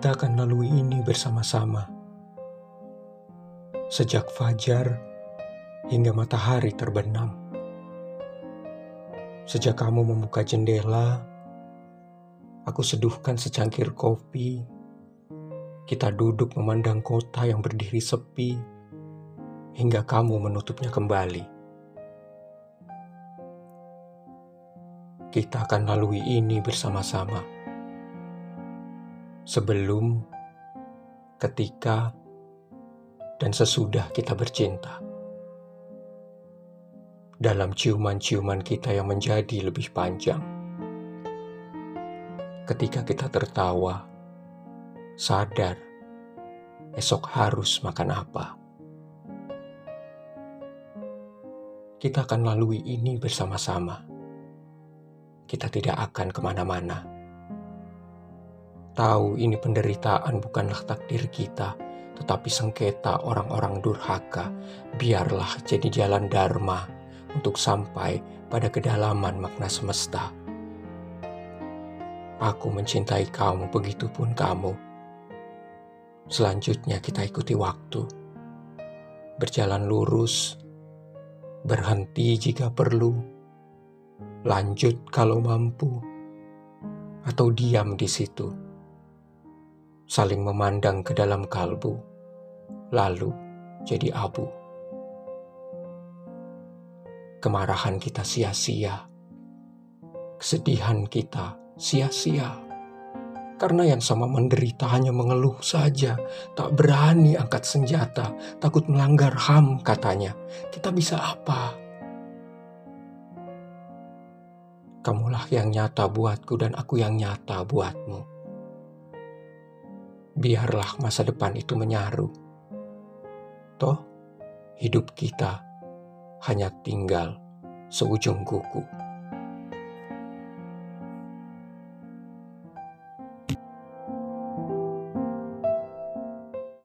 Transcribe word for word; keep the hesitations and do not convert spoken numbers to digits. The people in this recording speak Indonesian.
Kita akan lalui ini bersama-sama. Sejak fajar hingga matahari terbenam. Sejak kamu membuka jendela, aku seduhkan secangkir kopi. Kita duduk memandang kota yang berdiri sepi, hingga kamu menutupnya kembali. Kita akan lalui ini bersama-sama. Sebelum, ketika, dan sesudah kita bercinta. Dalam ciuman-ciuman kita yang menjadi lebih panjang. Ketika kita tertawa, sadar esok harus makan apa. Kita akan lalui ini bersama-sama. Kita tidak akan kemana-mana. Tahu ini penderitaan bukanlah takdir kita, tetapi sengketa orang-orang durhaka. Biarlah jadi jalan dharma untuk sampai pada kedalaman makna semesta. Aku mencintai kamu, begitupun kamu. Selanjutnya kita ikuti waktu. Berjalan lurus, berhenti jika perlu, lanjut kalau mampu, atau diam di situ. Saling memandang ke dalam kalbu, lalu jadi abu. Kemarahan kita sia-sia, kesedihan kita sia-sia, karena yang sama menderita hanya mengeluh saja, tak berani angkat senjata, takut melanggar H A M katanya. Kita bisa apa? Kamulah yang nyata buatku dan aku yang nyata buatmu. Biarlah masa depan itu menyaru. Toh, hidup kita hanya tinggal seujung kuku.